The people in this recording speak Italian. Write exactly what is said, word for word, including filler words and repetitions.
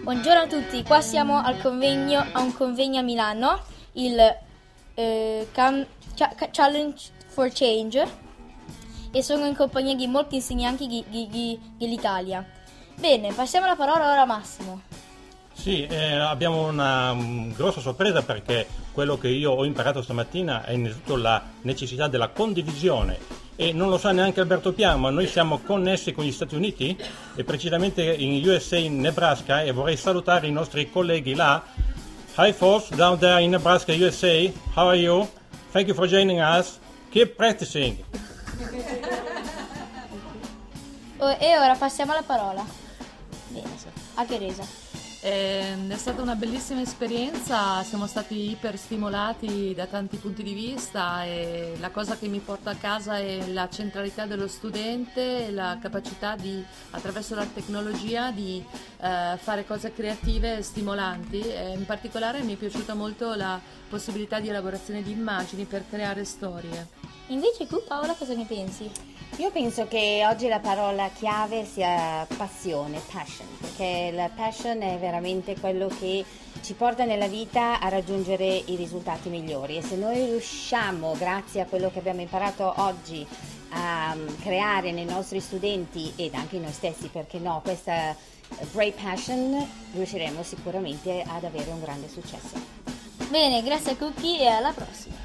Buongiorno a tutti, qua siamo al convegno, a un convegno a Milano, il eh, Cam- Ch- Challenge for Change, e sono in compagnia di molti insegnanti di, di, di, dell'Italia. Bene, passiamo la parola ora a Massimo. Sì, eh, abbiamo una um, grossa sorpresa perché quello che io ho imparato stamattina è innanzitutto la necessità della condivisione. E non lo sa neanche Alberto Piano, ma noi siamo connessi con gli Stati Uniti e precisamente in U S A, in Nebraska, e vorrei salutare i nostri colleghi là. Hi folks, down there in Nebraska, U S A, how are you? Thank you for joining us. Keep practicing. Oh, e ora passiamo la parola. Bene, a Teresa. È stata una bellissima esperienza, siamo stati iper stimolati da tanti punti di vista e la cosa che mi porto a casa è la centralità dello studente e la capacità di, attraverso la tecnologia, di eh, fare cose creative e stimolanti. E in particolare mi è piaciuta molto la possibilità di elaborazione di immagini per creare storie. Invece tu, Paola, cosa ne pensi? Io penso che oggi la parola chiave sia passione, passion, perché la passion è veramente quello che ci porta nella vita a raggiungere i risultati migliori, e se noi riusciamo, grazie a quello che abbiamo imparato oggi, a creare nei nostri studenti ed anche in noi stessi, perché no, questa great passion, riusciremo sicuramente ad avere un grande successo. Bene, grazie a tutti e alla prossima.